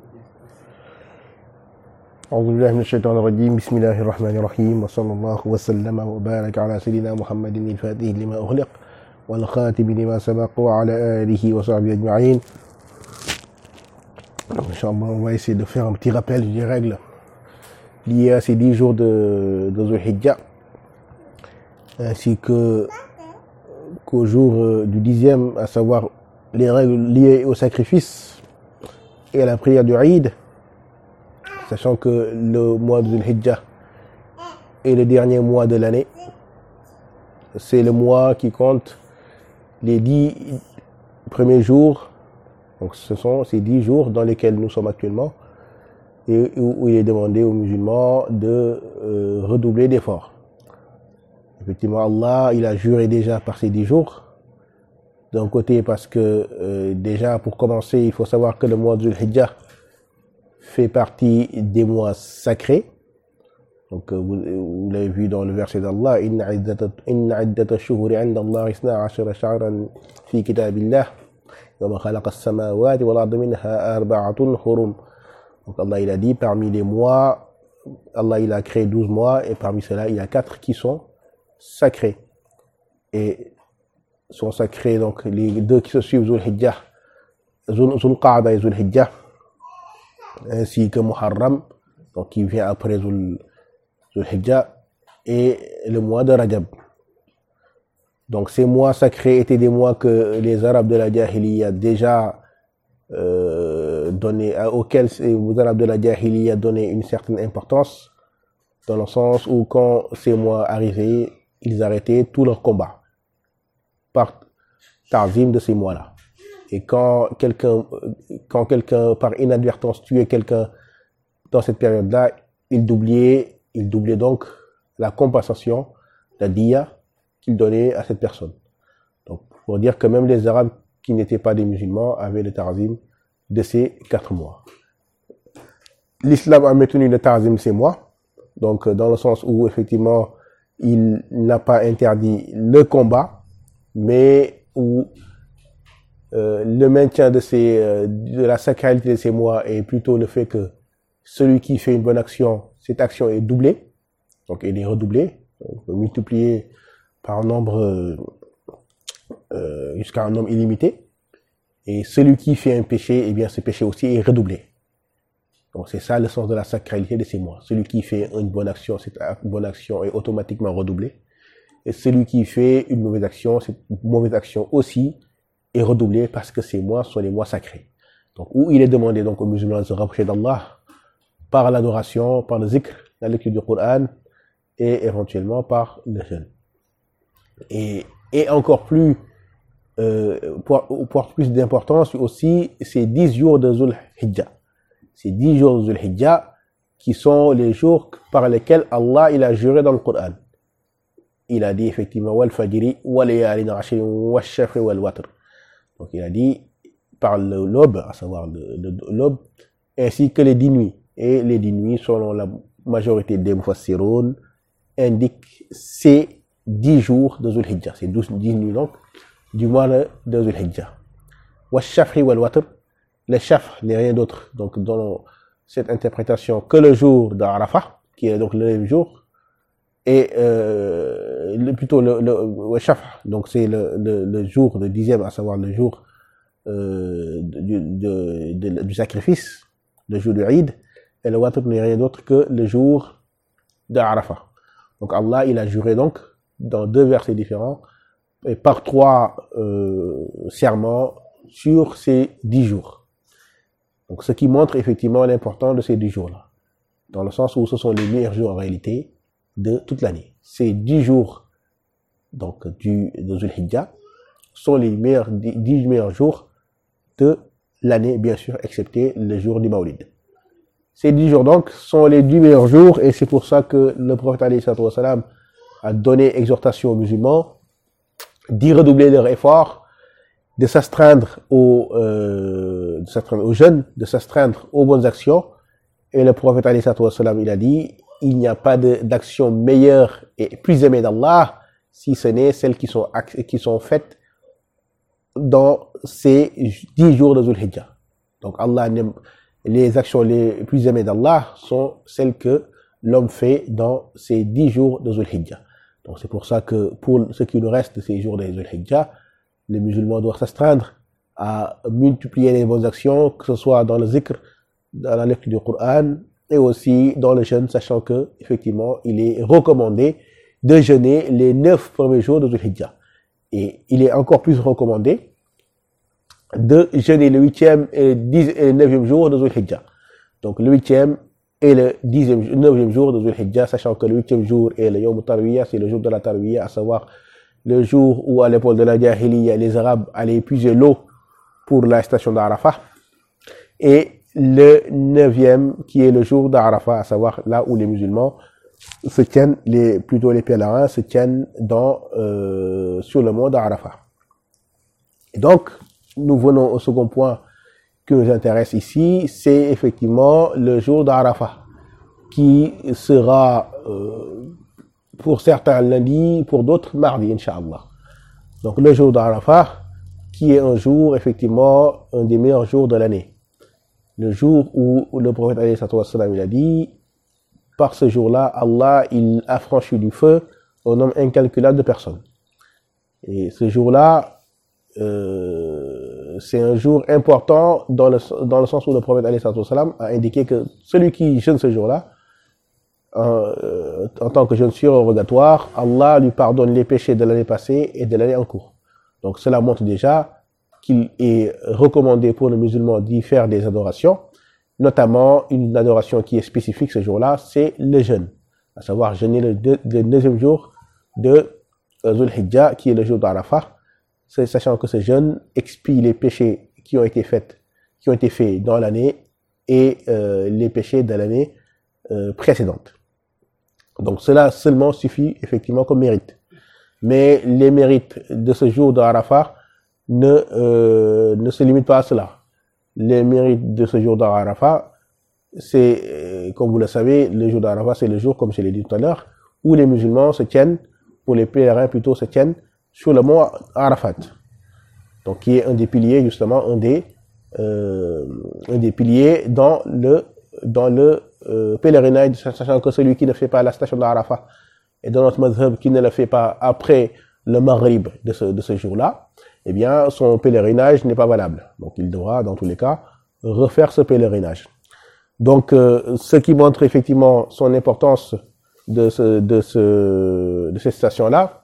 أعوذ بالله من الشيطان الرجيم بسم الله الرحمن الرحيم وصلى الله وسلم وبارك على سيدنا محمد الفاتح لما أغلق والخاتم لما سبق وعلى آله وصحبه أجمعين. Inch'Allah, on va essayer de faire un petit rappel des règles liées à ces 10 jours de Dhul Hijjah, ainsi qu'au jour du 10e, à savoir les règles liées au sacrifice et à la prière du Eid, sachant que le mois de Dhul Hijjah est le dernier mois de l'année. C'est le mois qui compte les 10 premiers jours. Donc ce sont ces 10 jours dans lesquels nous sommes actuellement et où il est demandé aux musulmans de redoubler d'efforts. Effectivement, Allah, il a juré déjà par ces 10 jours. D'un côté parce que déjà pour commencer, il faut savoir que le mois de Dhul Hijjah fait partie des mois sacrés. Donc vous l'avez vu dans le verset d'Allah, Inna iddata shuhuri 'inda Allah 12 shahran fi kitabillah. Donc Allah il a dit parmi les mois, Allah il a créé 12 mois et parmi ceux-là il y a 4 qui sont sacrés. Et sont sacrés donc les 2 qui se suivent Dhul Hijjah, Dhul Qa'dah et Dhul Hijjah, ainsi que Muharram, donc qui vient après Dhul Hijjah, et le mois de Rajab. Donc ces mois sacrés étaient des mois que les Arabes de la Jahiliya déjà auxquels les Arabes de la Jahiliya donnaient une certaine importance, dans le sens où quand ces mois arrivaient, ils arrêtaient tous leurs combats par ta'zim de ces mois-là. Et quand quelqu'un par inadvertance tuait quelqu'un dans cette période-là, il doublait donc la compensation, la diya qu'il donnait à cette personne. Donc, pour dire que même les Arabes qui n'étaient pas des musulmans avaient le ta'zim de ces 4 mois. L'islam a maintenu le ta'zim de ces mois, donc dans le sens où effectivement il n'a pas interdit le combat, mais où le maintien de la sacralité de ces mois est plutôt le fait que celui qui fait une bonne action, cette action est doublée, donc elle est redoublée, on peut multiplier par un nombre jusqu'à un nombre illimité, et celui qui fait un péché, eh bien ce péché aussi est redoublé. Donc c'est ça le sens de la sacralité de ces mois. Celui qui fait une bonne action, cette bonne action est automatiquement redoublée, et celui qui fait une mauvaise action, cette mauvaise action aussi est redoublée, parce que ces mois sont les mois sacrés. Donc où il est demandé donc aux musulmans de se rapprocher d'Allah par l'adoration, par le zikr, la lecture du Coran, et éventuellement par le jeûne. Et encore plus, pour plus d'importance aussi, ces 10 jours de Dhul Hijjah. Ces 10 jours de Dhul Hijjah qui sont les jours par lesquels Allah il a juré dans le Coran. Il a dit effectivement wal fajri wa layalin ashrin wa shafri wal watr. Donc il a dit par l'aube, à savoir l'aube, ainsi que les 10 nuits. Et les 10 nuits, selon la majorité des mufassiroun, indiquent ces 10 jours de Dhul Hijjah, c'est 10 nuits donc du mois de Dhul Hijjah. Wa shafri wal watr, le shafr n'est rien d'autre donc dans cette interprétation que le jour d'Arafah, qui est donc le 9e jour, et plutôt le shafr, donc c'est le jour de 10e, à savoir le jour du sacrifice, le jour du Eid, et le watr n'est rien d'autre que le jour d'Arafah. Donc Allah il a juré donc dans 2 versets différents et par 3 serments sur ces 10 jours. Donc ce qui montre effectivement l'importance de ces 10 jours-là, dans le sens où ce sont les meilleurs jours en réalité de toute l'année. Ces 10 jours donc de Dhul Hijjah sont les 10 meilleurs jours de l'année, bien sûr, excepté le jour du Mawlid. Ces 10 jours donc sont les 10 meilleurs jours, et c'est pour ça que le prophète alayhi salatu wa salam a donné exhortation aux musulmans d'y redoubler leur effort, de s'astreindre aux jeûnes, de s'astreindre aux bonnes actions. Et le prophète alayhi salatu wa salam, il a dit, il n'y a pas d'action meilleure et plus aimée d'Allah, si ce n'est celles qui sont faites dans ces 10 jours de Dhul Hijjah. Donc Allah les actions les plus aimées d'Allah sont celles que l'homme fait dans ces 10 jours de Dhul Hijjah. Donc c'est pour ça que pour ce qui nous reste de ces jours de Dhul Hijjah, les musulmans doivent s'astreindre à multiplier les bonnes actions, que ce soit dans le zikr, dans la lecture du Coran, et aussi dans le jeûne, sachant que, effectivement, il est recommandé de jeûner les 9 premiers jours de Dhul Hijjah. Et il est encore plus recommandé de jeûner le 8e et le 9e jour de Dhul Hijjah. Donc le 8e et le 9e jour de Dhul Hijjah, sachant que le 8e jour est le Yawm Tarwiyah, c'est le jour de la Tarwiyah, à savoir le jour où à l'époque de la Jahiliya, les Arabes allaient puiser l'eau pour la station d'Arafat. Et le 9e qui est le jour d'Arafat, à savoir là où les musulmans se tiennent, plutôt les pèlerins se tiennent sur le mont d'Arafat. Et donc, nous venons au second point qui nous intéresse ici, c'est effectivement le jour d'Arafat, qui sera pour certains lundi, pour d'autres mardi, Inch'Allah. Donc le jour d'Arafat, qui est un jour, effectivement, un des meilleurs jours de l'année. Le jour où le prophète alayhi sallam, il a dit, par ce jour-là, Allah, il a franchi du feu un nombre incalculable de personnes. Et ce jour-là, c'est un jour important dans le sens où le prophète alayhi sallam a indiqué que celui qui jeûne ce jour-là, en tant que jeûne surrogatoire, Allah lui pardonne les péchés de l'année passée et de l'année en cours. Donc cela montre déjà qu'il est recommandé pour le musulman d'y faire des adorations, notamment une adoration qui est spécifique ce jour-là, c'est le jeûne, à savoir jeûner le 9e jour de Dhul Hijjah, qui est le jour d'Arafat, sachant que ce jeûne expie les péchés qui ont été faits dans l'année et les péchés de l'année précédente. Donc cela seulement suffit effectivement comme mérite. Mais les mérites de ce jour d'Arafat ne se limitent pas à cela. Les mérites de ce jour d'Arafat, c'est, comme vous le savez, le jour d'Arafat, c'est le jour, comme je l'ai dit tout à l'heure, où les musulmans se tiennent, pour les pèlerins plutôt, se tiennent sur le mont Arafat. Donc qui est un des piliers, justement, un des piliers dans le pèlerinage, sachant que celui qui ne fait pas la station d'Arafat et dans notre madhhab qui ne le fait pas après le maghrib de ce jour-là, eh bien, son pèlerinage n'est pas valable. Donc, il devra, dans tous les cas, refaire ce pèlerinage. Donc, ce qui montre effectivement son importance de cette station-là.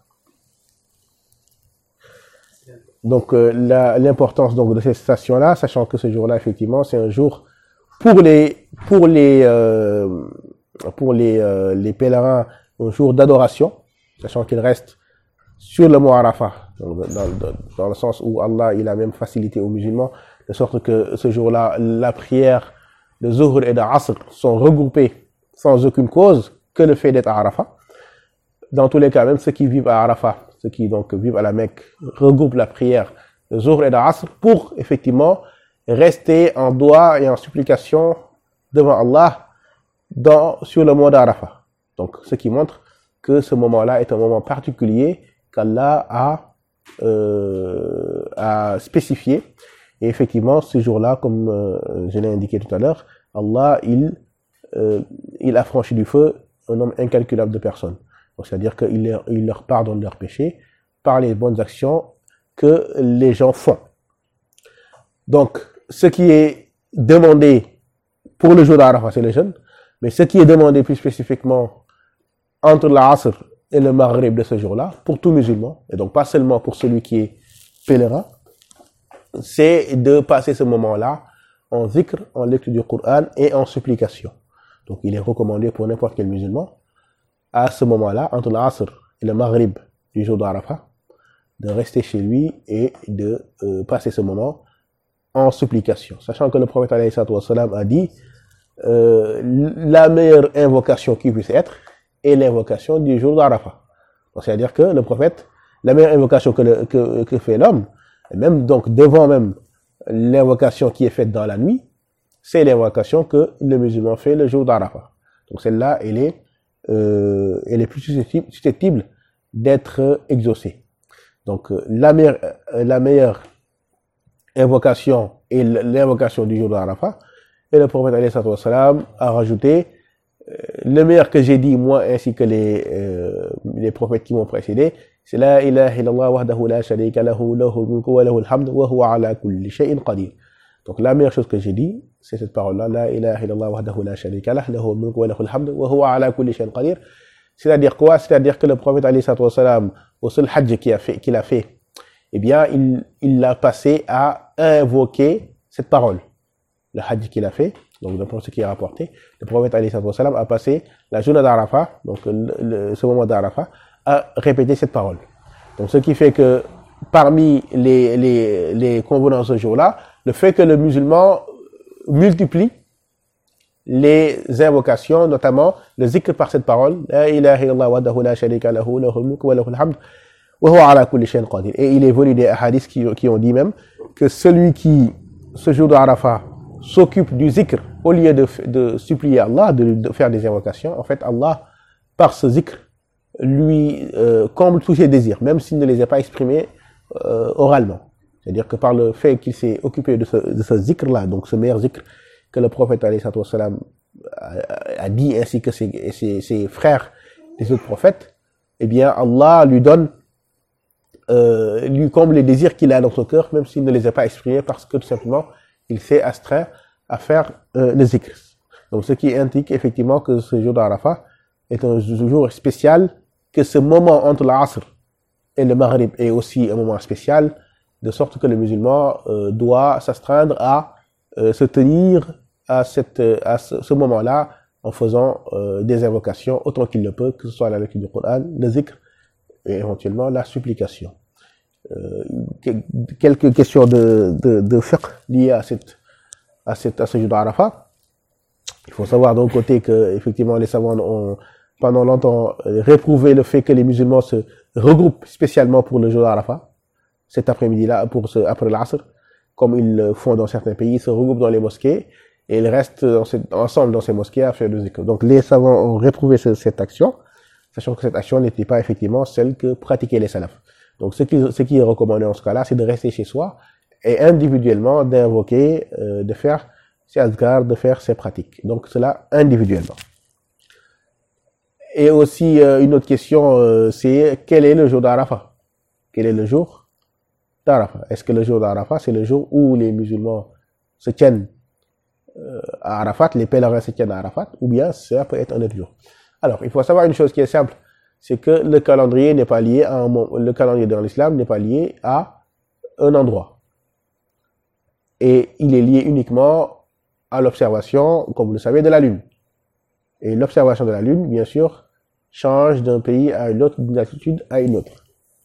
Donc, l'importance donc de cette station-là, sachant que ce jour-là, effectivement, c'est un jour pour les pèlerins, un jour d'adoration, sachant qu'il reste sur le mont Arafat, dans le sens où Allah il a même facilité aux musulmans, de sorte que ce jour-là, la prière de Zuhr et de Asr sont regroupées sans aucune cause que le fait d'être à Arafat. Dans tous les cas, même ceux qui vivent à Arafat, ceux qui donc vivent à la Mecque, regroupent la prière de Zuhr et de Asr pour effectivement rester en doigt et en supplication devant Allah sur le mont d'Arafat. Donc, ce qui montre que ce moment-là est un moment particulier qu'Allah a spécifié. Et effectivement, ce jour-là, comme je l'ai indiqué tout à l'heure, Allah, il a franchi du feu un nombre incalculable de personnes. C'est-à-dire qu'il leur pardonne leurs péchés par les bonnes actions que les gens font. Donc, ce qui est demandé pour le jour d'Arafat, c'est le jeûne. Mais ce qui est demandé plus spécifiquement entre l'Asr et le Maghrib de ce jour-là, pour tout musulman, et donc pas seulement pour celui qui est pèlerin, c'est de passer ce moment-là en zikr, en lecture du Coran et en supplication. Donc il est recommandé pour n'importe quel musulman, à ce moment-là, entre l'Asr et le Maghrib du jour d'Arafat, de rester chez lui et de passer ce moment en supplication. Sachant que le prophète alayhi sallam a dit la meilleure invocation qui puisse être est l'invocation du jour d'Arafat. C'est-à-dire que le prophète, la meilleure invocation que fait l'homme, et même donc devant même l'invocation qui est faite dans la nuit, c'est l'invocation que le musulman fait le jour d'Arafat. Donc celle-là, elle est plus susceptible d'être exaucée. Donc la meilleure invocation est l'invocation du jour d'Arafat, Et le prophète alayhi salatu wassalam a rajouté le meilleur que j'ai dit moi ainsi que les prophètes qui m'ont précédé, c'est la ilaha illallah wahdahu la sharika lahu lahul mulku wa lahul hamd wa huwa ala kulli shay'in qadir. Donc la meilleure chose que j'ai dit, c'est cette parole-là, la ilaha illallah wahdahu la sharika lahu lahul mulku wa lahul hamd wa huwa ala kulli shay'in qadir. C'est-à-dire quoi? C'est-à-dire que le prophète alayhi salatu wassalam, au seul hajj qu'il a fait, eh bien il l'a passé à invoquer cette parole. Le hajj qu'il a fait, donc d'après ce qui est rapporté, le prophète alayhi salatu wassalam a passé la journée d'Arafat, donc ce moment d'Arafat, à répéter cette parole. Donc ce qui fait que parmi les convenances ce jour-là, le fait que le musulman multiplie les invocations, notamment le zikr par cette parole, la ilaha illallah wahdahu la sharika lahu lahul mulku wa lahul hamd wa huwa ala kulli shay'in qadir. Et il est venu des hadiths qui ont dit même que celui qui, ce jour d'Arafat, s'occupe du zikr au lieu de supplier Allah, de faire des invocations, en fait Allah, par ce zikr, lui comble tous ses désirs, même s'il ne les a pas exprimés oralement. C'est-à-dire que par le fait qu'il s'est occupé de ce zikr-là, donc ce meilleur zikr que le prophète alayhi salatu wassalam a dit, ainsi que ses frères des autres prophètes, eh bien Allah lui donne, lui comble les désirs qu'il a dans son cœur, même s'il ne les a pas exprimés, parce que tout simplement il s'est astreint à faire le zikr. Donc ce qui indique effectivement que ce jour d'Arafat est un jour spécial, que ce moment entre l'Asr et le Maghrib est aussi un moment spécial, de sorte que le musulman doit s'astreindre à se tenir à ce moment-là en faisant des invocations autant qu'il le peut, que ce soit la lecture du Coran, le zikr et éventuellement la supplication. Quelques questions de fiqh liées à ce jour d'Arafat. Il faut savoir d'un côté que effectivement les savants ont pendant longtemps réprouvé le fait que les musulmans se regroupent spécialement pour le jour d'Arafat, cet après-midi-là, après l'Asr, comme ils le font dans certains pays, ils se regroupent dans les mosquées et ils restent ensemble dans ces mosquées à faire le zikr. Donc les savants ont réprouvé cette action, sachant que cette action n'était pas effectivement celle que pratiquaient les salafs. Donc ce qui est recommandé en ce cas-là, c'est de rester chez soi et individuellement d'invoquer, de faire ses azkar, de faire ses pratiques. Donc cela individuellement. Et aussi une autre question, c'est quel est le jour d'Arafat? Quel est le jour d'Arafat? Est-ce que le jour d'Arafat, c'est le jour où les musulmans se tiennent à Arafat, les pèlerins se tiennent à Arafat, ou bien ça peut être un autre jour? Alors, il faut savoir une chose qui est simple, c'est que le calendrier n'est pas lié à le calendrier dans l'islam n'est pas lié à un endroit. Et il est lié uniquement à l'observation, comme vous le savez, de la Lune. Et l'observation de la Lune, bien sûr, change d'un pays à une autre, d'une altitude à une autre.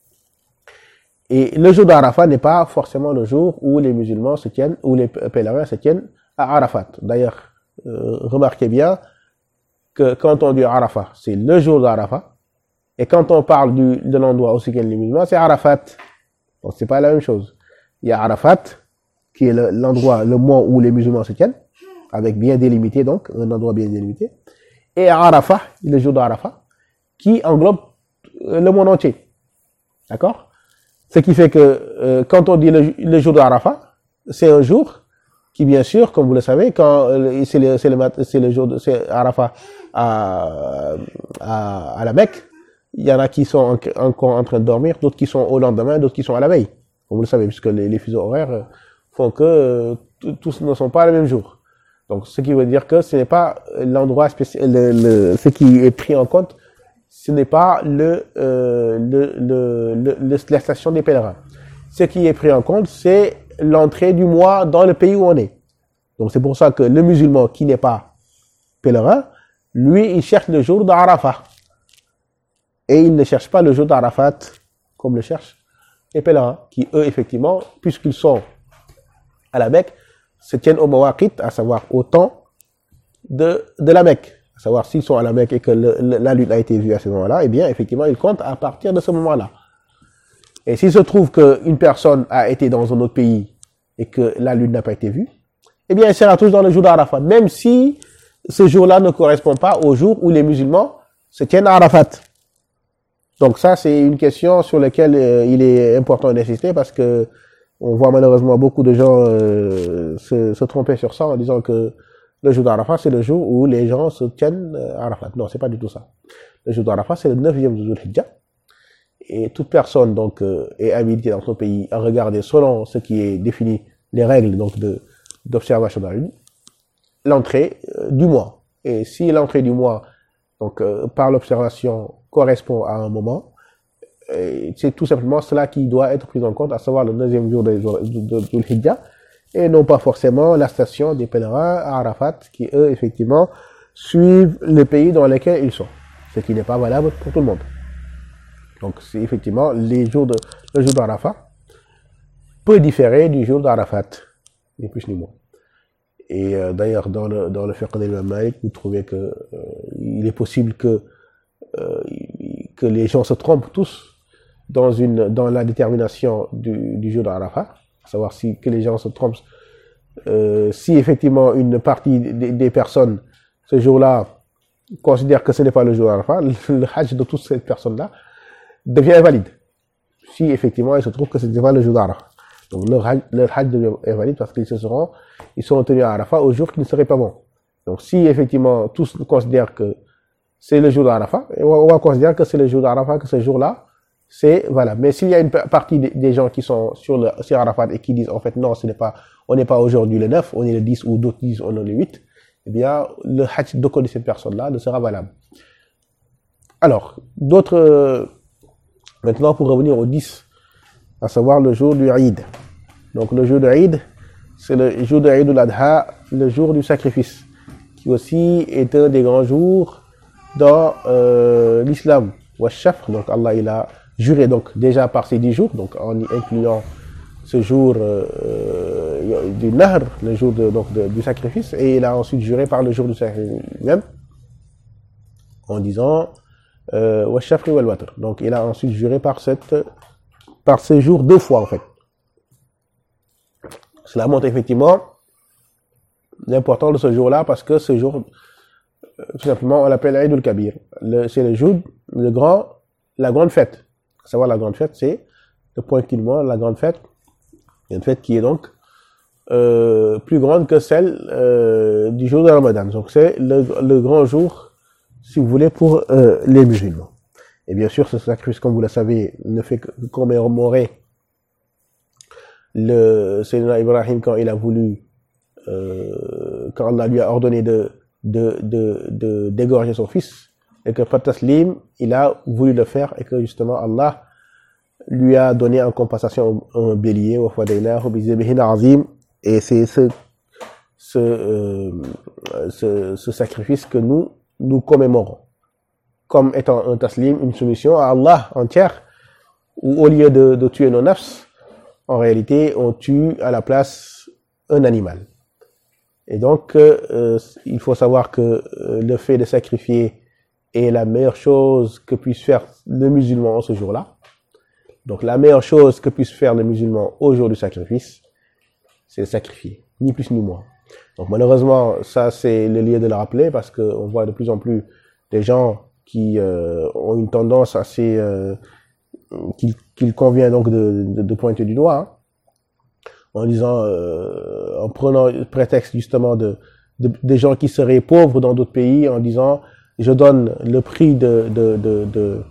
Et le jour d'Arafat n'est pas forcément le jour où les musulmans se tiennent, où les pèlerins se tiennent à Arafat. D'ailleurs, remarquez bien que quand on dit Arafat, c'est le jour d'Arafat. Et quand on parle de l'endroit où se tiennent les musulmans, c'est Arafat. Donc c'est pas la même chose. Il y a Arafat, qui est l'endroit, le mois où les musulmans se tiennent, avec bien délimité donc, un endroit bien délimité. Et Arafat, le jour d'Arafat, qui englobe le monde entier. D'accord? Ce qui fait que quand on dit le jour d'Arafat, c'est un jour qui, bien sûr, comme vous le savez, quand c'est le jour c'est Arafat à la Mecque, il y en a qui sont encore en train de dormir, d'autres qui sont au lendemain, d'autres qui sont à la veille. Comme vous le savez, puisque les fuseaux horaires font que tous ne sont pas le même jour. Donc, ce qui veut dire que ce n'est pas l'endroit spécial, ce qui est pris en compte, ce n'est pas la station des pèlerins. Ce qui est pris en compte, c'est l'entrée du mois dans le pays où on est. Donc, c'est pour ça que le musulman qui n'est pas pèlerin, lui, il cherche le jour d'Arafat. Et il ne cherche pas le jour d'Arafat comme le cherchent les pèlerins, qui eux, effectivement, puisqu'ils sont à la Mecque, se tiennent au mawaqit, à savoir au temps de la Mecque. À savoir s'ils sont à la Mecque et que la lune a été vue à ce moment-là, eh bien, effectivement, ils comptent à partir de ce moment-là. Et s'il se trouve qu'une personne a été dans un autre pays et que la lune n'a pas été vue, eh bien, elle sera toujours dans le jour d'Arafat, même si ce jour-là ne correspond pas au jour où les musulmans se tiennent à Arafat. Donc ça, c'est une question sur laquelle il est important d'insister parce que on voit malheureusement beaucoup de gens se tromper sur ça en disant que Le jour d'Arafat, c'est le jour où les gens se tiennent à Arafat. Non, c'est pas du tout ça. Le jour d'Arafat, c'est le 9e de Dhul Hijjah. Et toute personne donc est habilitée dans son pays à regarder selon ce qui est défini, les règles donc d'observation de la lune, l'entrée du mois. Et si l'entrée du mois donc par l'observation correspond à un moment, c'est tout simplement cela qui doit être pris en compte, à savoir le 9e jour de Dhul Hijjah, et non pas forcément la station des pèlerins à Arafat, qui eux effectivement suivent les pays dans lesquels ils sont, ce qui n'est pas valable pour tout le monde. Donc c'est effectivement le jour d'Arafat peut différer du jour d'Arafat, ni plus ni moins. Et d'ailleurs dans le fiqh de l'imam Malik, vous trouvez que il est possible que les gens se trompent tous dans la détermination du jour d'Arafat, à savoir que les gens se trompent si effectivement une partie des personnes ce jour-là considère que ce n'est pas le jour d'Arafat, le hajj de toutes ces personnes-là devient invalide. Si effectivement il se trouve que ce n'est pas le jour d'Arafat. Donc leur hajj devient invalide parce qu'ils seront tenus à Arafat au jour qui ne serait pas bon. Donc si effectivement tous considèrent que c'est le jour d'Arafat, on va considérer que c'est le jour d'Arafat, que ce jour-là, c'est valable. Mais s'il y a une partie des gens qui sont sur Arafat et qui disent en fait non, on n'est pas aujourd'hui le 9, on est le 10 ou d'autres disent on est le 8, eh bien le hajj de cette personne-là ne sera valable. Alors, maintenant pour revenir au 10, à savoir le jour du Eid. Donc le jour du Eid, c'est le jour de Eid al-Adha, le jour du sacrifice, qui aussi est un des grands jours dans l'islam. Washafr, donc Allah il a juré donc déjà par ces 10 jours, donc en y incluant ce jour du Nahr, le jour du sacrifice, et il a ensuite juré par le jour du sacrifice même, en disant Washafri wal Watr. Donc il a ensuite juré par ces jours 2 fois en fait. Cela montre effectivement l'importance de ce jour-là, parce que ce jour, tout simplement, on l'appelle Eid al-Kabir. C'est le jour, la grande fête. À savoir, la grande fête, c'est le point culminant, la grande fête. Une fête qui est donc plus grande que celle du jour de Ramadan. Donc c'est le grand jour, si vous voulez, pour les musulmans. Et bien sûr, ce sacrifice, comme vous le savez, ne fait que commémorer le Sayyidina Ibrahim quand il a voulu, quand Allah lui a ordonné d'égorger son fils, et que par taslim, il a voulu le faire, et que justement Allah lui a donné en compensation un bélier, et c'est ce sacrifice que nous commémorons comme étant un taslim, une soumission à Allah entière, où au lieu de tuer nos nafs, en réalité on tue à la place un animal. Et donc il faut savoir que le fait de sacrifier est la meilleure chose que puisse faire le musulman en ce jour-là. Donc la meilleure chose que puisse faire le musulman au jour du sacrifice, c'est sacrifier, ni plus ni moins. Donc malheureusement, ça c'est le lieu de le rappeler, parce qu'on voit de plus en plus des gens qui ont une tendance assez qu'il convient donc de pointer du doigt, hein, en disant, en prenant le prétexte justement des gens qui seraient pauvres dans d'autres pays, en disant je donne le prix de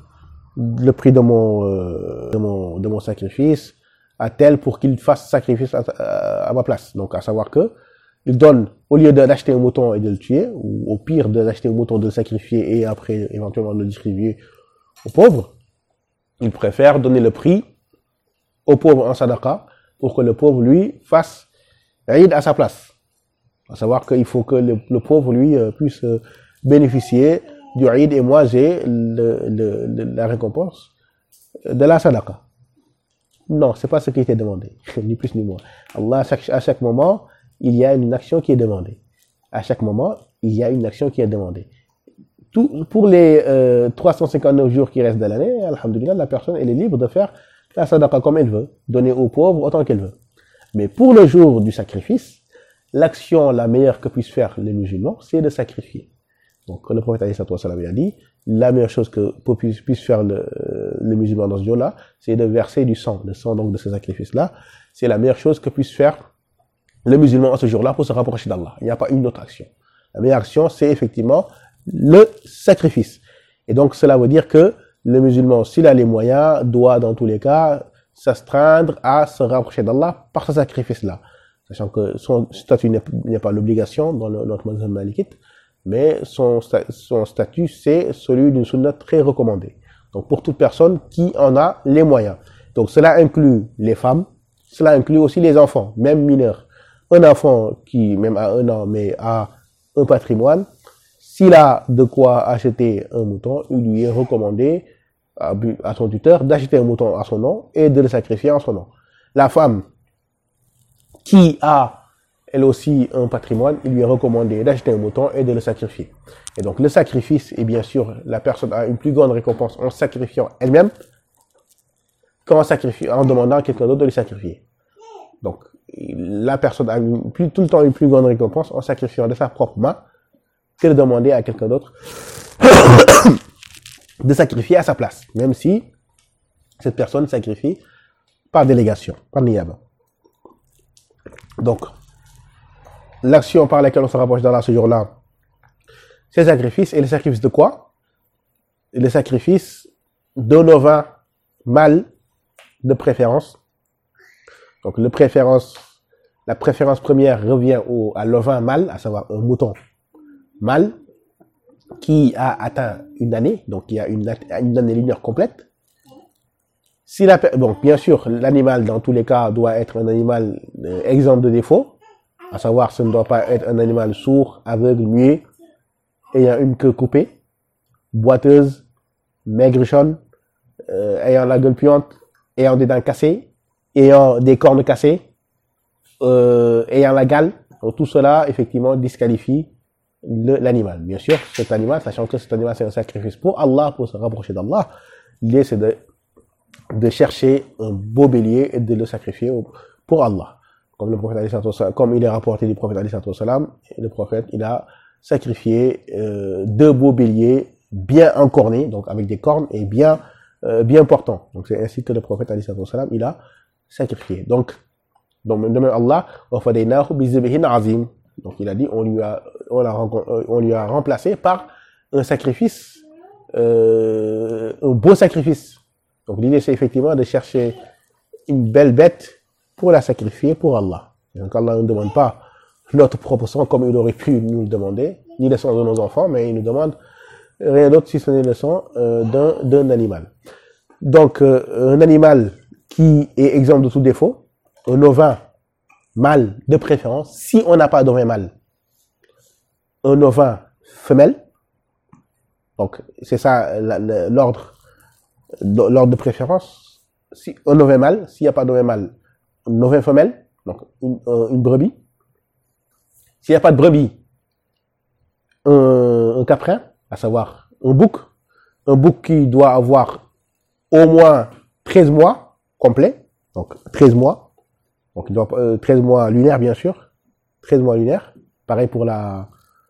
mon sacrifice à tel pour qu'il fasse sacrifice à ma place. Donc à savoir que il donne, au lieu d'acheter un mouton et de le tuer, ou au pire d'acheter un mouton, de le sacrifier et après éventuellement de le distribuer aux pauvres, il préfère donner le prix aux pauvres en sadaqa pour que le pauvre lui fasse Eid à sa place. À savoir qu'il faut que le pauvre lui puisse bénéficier du Eid, et moi j'ai la récompense de la sadaqa. Non, c'est pas ce qui était demandé, ni plus ni moins. Allah, à chaque moment, il y a une action qui est demandée. À chaque moment, il y a une action qui est demandée. Pour les 359 jours qui restent de l'année, alhamdoulilah, la personne elle est libre de faire la sadaqa comme elle veut, donner aux pauvres autant qu'elle veut. Mais pour le jour du sacrifice, l'action la meilleure que puissent faire les musulmans, c'est de sacrifier. Donc le prophète a dit, la meilleure chose que puisse faire les musulmans dans ce jour-là, c'est de verser du sang, le sang donc de ce sacrifice-là. C'est la meilleure chose que puisse faire le musulman à ce jour-là pour se rapprocher d'Allah. Il n'y a pas une autre action. La meilleure action, c'est effectivement le sacrifice. Et donc, cela veut dire que le musulman, s'il a les moyens, doit dans tous les cas s'astreindre à se rapprocher d'Allah par ce sacrifice-là. Sachant que son statut n'est pas l'obligation dans notre mazhab malikite, mais son statut, c'est celui d'une sunna très recommandée. Donc, pour toute personne qui en a les moyens. Donc, cela inclut les femmes, cela inclut aussi les enfants, même mineurs. Un enfant qui, même à 1 an, mais a un patrimoine, s'il a de quoi acheter un mouton, il lui est recommandé à son tuteur d'acheter un mouton à son nom et de le sacrifier en son nom. La femme qui a, elle aussi, un patrimoine, il lui est recommandé d'acheter un mouton et de le sacrifier. Et donc, le sacrifice, et bien sûr, la personne a une plus grande récompense en sacrifiant elle-même qu'en demandant à quelqu'un d'autre de le sacrifier. Donc, la personne a tout le temps une plus grande récompense en sacrifiant de sa propre main que de demander à quelqu'un d'autre de sacrifier à sa place, même si cette personne sacrifie par délégation, par niyaba. Donc, l'action par laquelle on se rapproche d'Allah ce jour-là, c'est le sacrifice. Et le sacrifice de quoi? Le sacrifice d'un ovin mâle de préférence. Donc, la préférence première revient à l'ovin mâle, à savoir un mouton mâle qui a atteint une année, donc qui a une année lunaire complète. Donc, bien sûr, l'animal, dans tous les cas, doit être un animal exempt de défaut, à savoir, ce ne doit pas être un animal sourd, aveugle, muet, ayant une queue coupée, boiteuse, maigrichonne, ayant la gueule puante, ayant des dents cassées, ayant des cornes cassées, ayant la gale. Donc, tout cela, effectivement, disqualifie l'animal. Bien sûr, cet animal, sachant que cet animal, c'est un sacrifice pour Allah, pour se rapprocher d'Allah, l'idée, c'est de chercher un beau bélier et de le sacrifier pour Allah. Comme il est rapporté du prophète le prophète, il a sacrifié 2 beaux béliers bien encornés, donc avec des cornes et bien portants. Donc c'est ainsi que le prophète il a sacrifié. Donc même Allah, donc il a dit, on lui a remplacé par un sacrifice, un beau sacrifice. Donc l'idée, c'est effectivement de chercher une belle bête pour la sacrifier pour Allah. Donc Allah ne demande pas notre propre sang comme il aurait pu nous le demander, ni le sang de nos enfants, mais il nous demande rien d'autre si ce n'est le sang d'un animal. Donc un animal qui est exempt de tout défaut, un ovin mâle de préférence, si on n'a pas d'ovin mâle, un ovin femelle, donc c'est ça l'ordre de préférence. Si un ovin mâle, s'il n'y a pas d'ovin mâle, un ovin femelle, donc une brebis. S'il n'y a pas de brebis, un caprin, à savoir un bouc qui doit avoir au moins 13 mois complets, donc 13 mois. Donc il doit 13 mois lunaires, bien sûr, 13 mois lunaires. Pareil pour la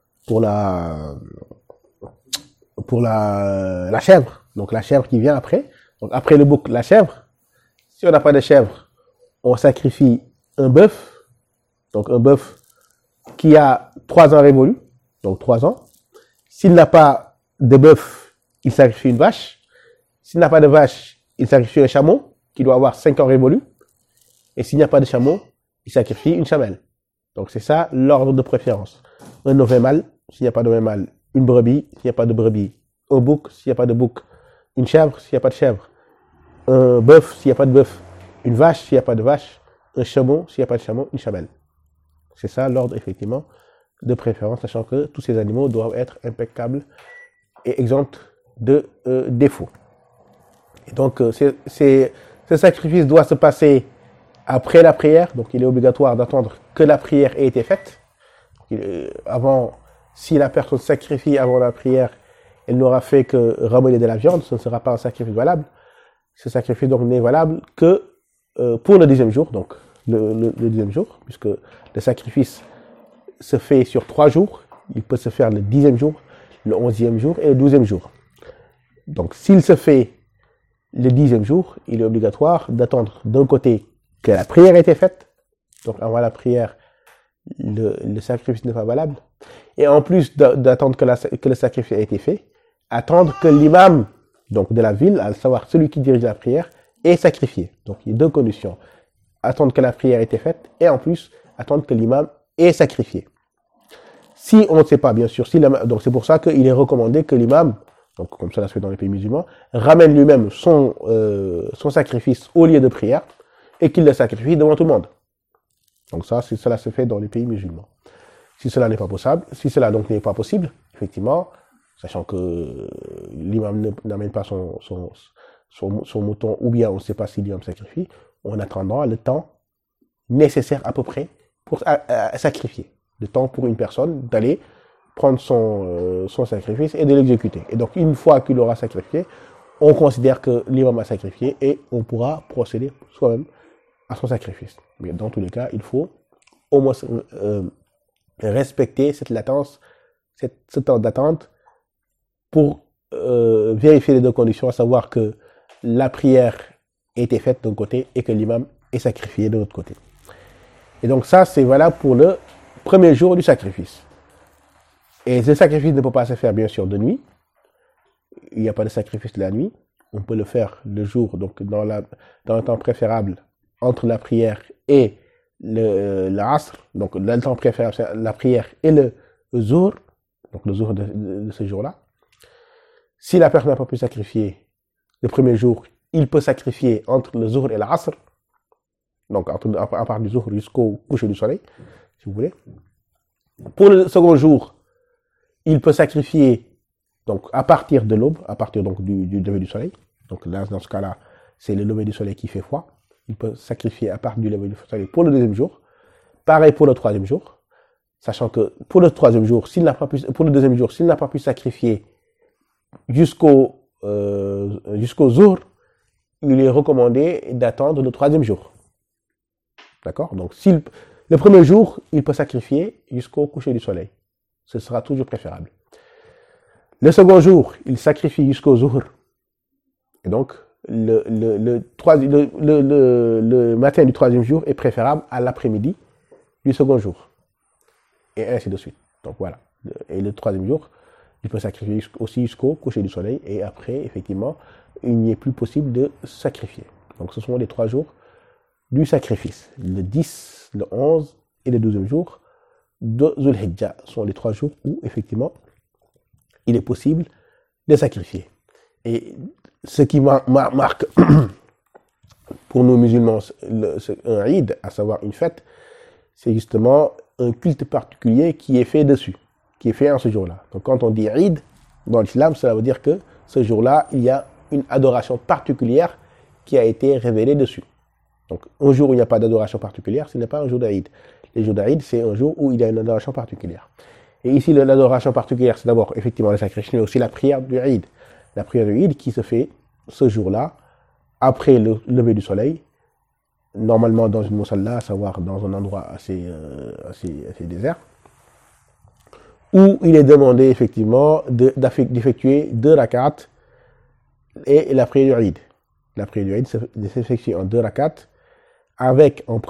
chèvre. Donc la chèvre qui vient après. Donc après le bouc, la chèvre. Si on n'a pas de chèvre, on sacrifie un bœuf. Donc un bœuf qui a 3 ans révolus. Donc 3 ans. S'il n'a pas de bœuf, il sacrifie une vache. S'il n'a pas de vache, il sacrifie un chameau qui doit avoir 5 ans révolus. Et s'il n'y a pas de chameau, il sacrifie une chamelle. Donc c'est ça l'ordre de préférence. Un ovin mâle, s'il n'y a pas d'ovin mâle, une brebis, s'il n'y a pas de brebis, un bouc, s'il n'y a pas de bouc, une chèvre, s'il n'y a pas de chèvre, un bœuf, s'il n'y a pas de bœuf, une vache, s'il n'y a pas de vache, un chameau, s'il n'y a pas de chameau, une chamelle. C'est ça l'ordre, effectivement, de préférence, sachant que tous ces animaux doivent être impeccables et exempts de défauts. Et donc, ce sacrifice doit se passer après la prière, donc il est obligatoire d'attendre que la prière ait été faite. Si la personne sacrifie avant la prière, elle n'aura fait que ramener de la viande, ce ne sera pas un sacrifice valable. Ce sacrifice donc n'est valable que pour le 10e jour, donc le 10e jour, puisque le sacrifice se fait sur 3 jours. Il peut se faire le 10e jour, le 11e jour et le 12e jour. Donc s'il se fait le 10e jour, il est obligatoire d'attendre d'un côté que la prière ait été faite. Donc avant la prière, le sacrifice n'est pas valable. et en plus d'attendre que le sacrifice ait été fait, attendre que l'imam donc de la ville, à savoir celui qui dirige la prière, ait sacrifié. Donc il y a deux conditions. Attendre que la prière ait été faite et en plus attendre que l'imam ait sacrifié. Si on ne sait pas, bien sûr, donc c'est pour ça qu'il est recommandé que l'imam, donc comme ça se fait dans les pays musulmans, ramène lui-même son sacrifice au lieu de prière et qu'il le sacrifie devant tout le monde. Donc cela se fait dans les pays musulmans. Si cela n'est pas possible, n'est pas possible, effectivement, sachant que l'imam n'amène pas son mouton, ou bien on ne sait pas si l'imam sacrifie, on attendra le temps nécessaire à peu près pour sacrifier. Le temps pour une personne d'aller prendre son sacrifice et de l'exécuter. Et donc, une fois qu'il aura sacrifié, on considère que l'imam a sacrifié et on pourra procéder soi-même à son sacrifice. Mais dans tous les cas, il faut au moins respecter cette latence, ce temps d'attente pour vérifier les deux conditions, à savoir que la prière ait été faite d'un côté et que l'imam est sacrifié de l'autre côté. Et donc ça, c'est valable pour le premier jour du sacrifice. Et ce sacrifice ne peut pas se faire bien sûr de nuit. Il n'y a pas de sacrifice de la nuit. On peut le faire le jour, donc dans le temps préférable entre la prière et l'asr. Donc le temps préférable, c'est la prière et le zour. Donc le zour de ce jour-là. Si la personne n'a pas pu sacrifier le premier jour, il peut sacrifier entre le zour et l'asr. Donc à partir du jour jusqu'au coucher du soleil, si vous voulez. Pour le second jour, il peut sacrifier donc à partir de l'aube, à partir donc du lever du soleil. Donc là, dans ce cas-là, c'est le lever du soleil qui fait foi. Il peut sacrifier à partir du lever du soleil pour le deuxième jour. Pareil pour le troisième jour, sachant que pour le troisième jour, pour le deuxième jour, s'il n'a pas pu sacrifier jusqu'au jour, il est recommandé d'attendre le troisième jour. D'accord? Donc, le premier jour, il peut sacrifier jusqu'au coucher du soleil. Ce sera toujours préférable. Le second jour, il sacrifie jusqu'au jour. Et donc, le matin du troisième jour est préférable à l'après-midi du second jour. Et ainsi de suite. Donc, voilà. Et le troisième jour, il peut sacrifier aussi jusqu'au coucher du soleil. Et après, effectivement, il n'est plus possible de sacrifier. Donc, ce sont les 3 jours du sacrifice. Le 10, le 11 et le 12e jour de Zul Hijjah sont les 3 jours où, effectivement, il est possible de sacrifier. Et ce qui marque pour nous musulmans un Eid, à savoir une fête, c'est justement un culte particulier qui est fait dessus, qui est fait en ce jour-là. Donc quand on dit Eid, dans l'islam, cela veut dire que ce jour-là, il y a une adoration particulière qui a été révélée dessus. Donc, un jour où il n'y a pas d'adoration particulière, ce n'est pas un jour d'Aïd. Les jours d'Aïd, c'est un jour où il y a une adoration particulière. Et ici, l'adoration particulière, c'est d'abord effectivement le sacrifice, mais aussi la prière du Eid. La prière du Eid qui se fait ce jour-là, après le lever du soleil, normalement dans une musalla, à savoir dans un endroit assez désert, où il est demandé effectivement d'effectuer 2 rak'at et la prière du Eid. La prière du Eid s'effectue en 2 rak'at, avec dans la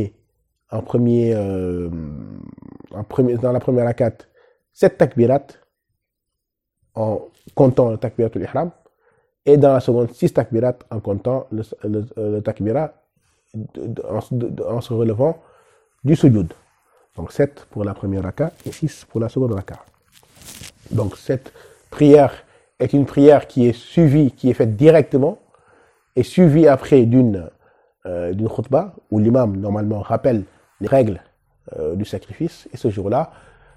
première rakat 7 takbirat en comptant le takbiratul ihram et dans la seconde 6 takbirat en comptant le takbirat en se relevant du sujoud. Donc 7 pour la première rakat et 6 pour la seconde rakat. Donc cette prière est une prière qui est faite directement et suivie après d'une khutbah où l'imam normalement rappelle les règles du sacrifice, et ce jour-là,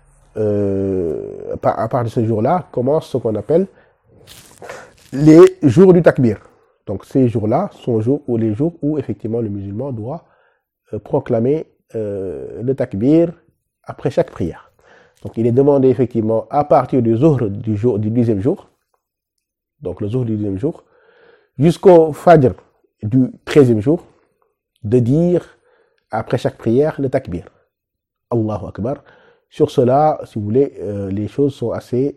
à part de ce jour-là, commence ce qu'on appelle les jours du takbir. Donc ces jours-là sont les jours où effectivement le musulman doit proclamer le takbir après chaque prière. Donc il est demandé effectivement à partir du zuhr du 10e jour, donc le zuhr du 10e jour, jusqu'au fajr du 13e jour, de dire après chaque prière le takbir. Allahu Akbar. Sur cela, si vous voulez, les choses sont assez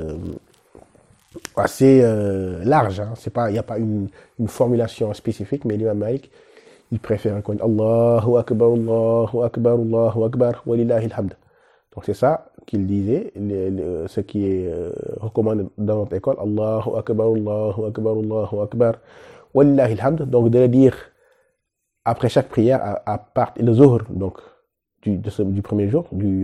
larges. Hein. Il n'y a pas une formulation spécifique, mais l'imam Malik, il préfère qu'on dise Allahu Akbar, Allahu Akbar, Allahu Akbar, walillahi alhamd. Donc c'est ça qu'il disait, ce qui est recommandé dans notre école, Allahu Akbar, Allahu Akbar, Allahu Akbar, Wallahi alhamd, donc de le dire après chaque prière, à part le Zuhr, donc du premier jour, du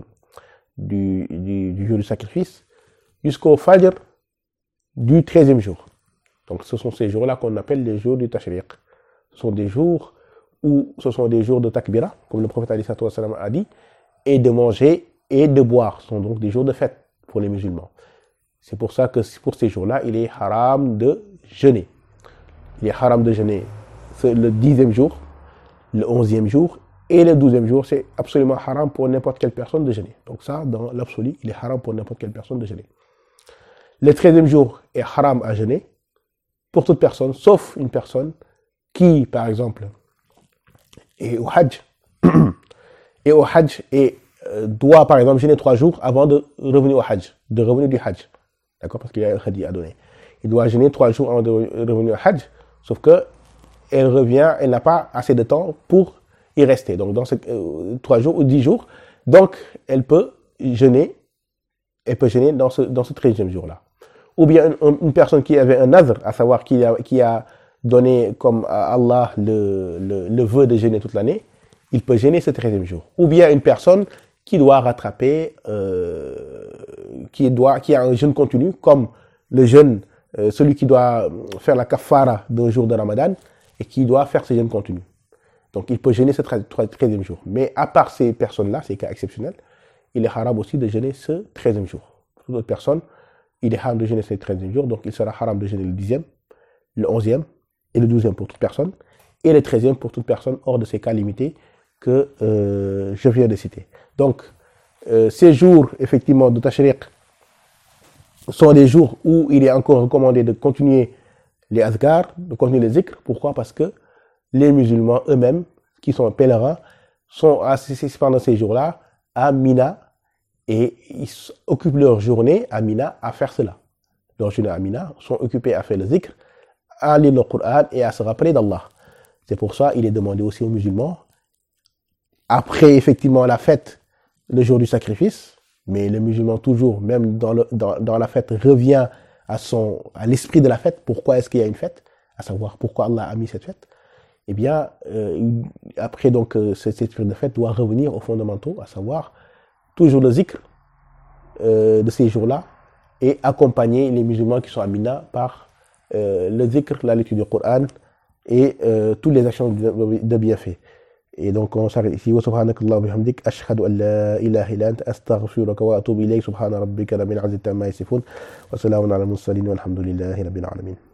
jour du sacrifice, jusqu'au Fajr du 13e jour. Donc ce sont ces jours-là qu'on appelle les jours du Tashriq. Ce sont des jours de takbira, comme le prophète a dit, et de manger et de boire. Ce sont donc des jours de fête pour les musulmans. C'est pour ça que pour ces jours-là, il est haram de jeûner. Il est haram de jeûner le 10e jour, le 11e jour et le 12e jour. C'est absolument haram pour n'importe quelle personne de jeûner. Donc ça, dans l'absolu, il est haram pour n'importe quelle personne de jeûner. Le 13e jour est haram à jeûner pour toute personne, sauf une personne qui, par exemple, est au Hajj, et doit, par exemple, jeûner 3 jours avant de revenir au Hajj, de revenir du Hajj. D'accord? Parce qu'il y a un hadith à donner. Il doit jeûner 3 jours avant de revenir au Hajj, sauf que elle n'a pas assez de temps pour y rester. Donc, dans ces 3 jours ou 10 jours, donc, elle peut jeûner dans ce 13e jour-là. Ou bien une personne qui avait un nadr, à savoir qui a donné comme à Allah le vœu de jeûner toute l'année, il peut jeûner ce 13e jour. Ou bien une personne qui doit rattraper, qui a un jeûne continu, comme le jeûne, celui qui doit faire la kafara d'un jour de Ramadan et qui doit faire ce jeûne continu. Donc il peut jeûner ce 13e jour. Mais à part ces personnes-là, ces cas exceptionnels, il est haram aussi de jeûner ce 13e jour. Pour toute autre personne, il est haram de jeûner ce 13e jour, donc il sera haram de jeûner le 10e, le 11e et le 12e pour toute personne, et le 13e pour toute personne hors de ces cas limités que je viens de citer. Donc, ces jours, effectivement, de Tashriq sont des jours où il est encore recommandé de continuer les azkar, de continuer les zikr. Pourquoi? Parce que les musulmans eux-mêmes, qui sont pèlerins, sont pendant ces jours-là à Mina, et ils occupent leur journée à Mina à faire cela. Leur journée à Mina sont occupés à faire le zikr, à lire le Coran et à se rappeler d'Allah. C'est pour ça qu'il est demandé aussi aux musulmans, après effectivement la fête, le jour du sacrifice, mais le musulman toujours, même dans la fête, revient à l'esprit de la fête. Pourquoi est-ce qu'il y a une fête? À savoir pourquoi Allah a mis cette fête. Eh bien, après donc cet esprit de fête doit revenir aux fondamentaux, à savoir toujours le zikr de ces jours-là, et accompagner les musulmans qui sont à Mina par le zikr, la lecture du Coran et toutes les actions de bienfait. Et donc on s'arrête ici. Wa subhanakallah wa bihamdik ashhadu an la ilaha illa anta astaghfiruka wa atubu ilayk. Subhana rabbika rabbil izzati amma yasifun wa salamun ala al mursalin walhamdulillahi rabbil alamin.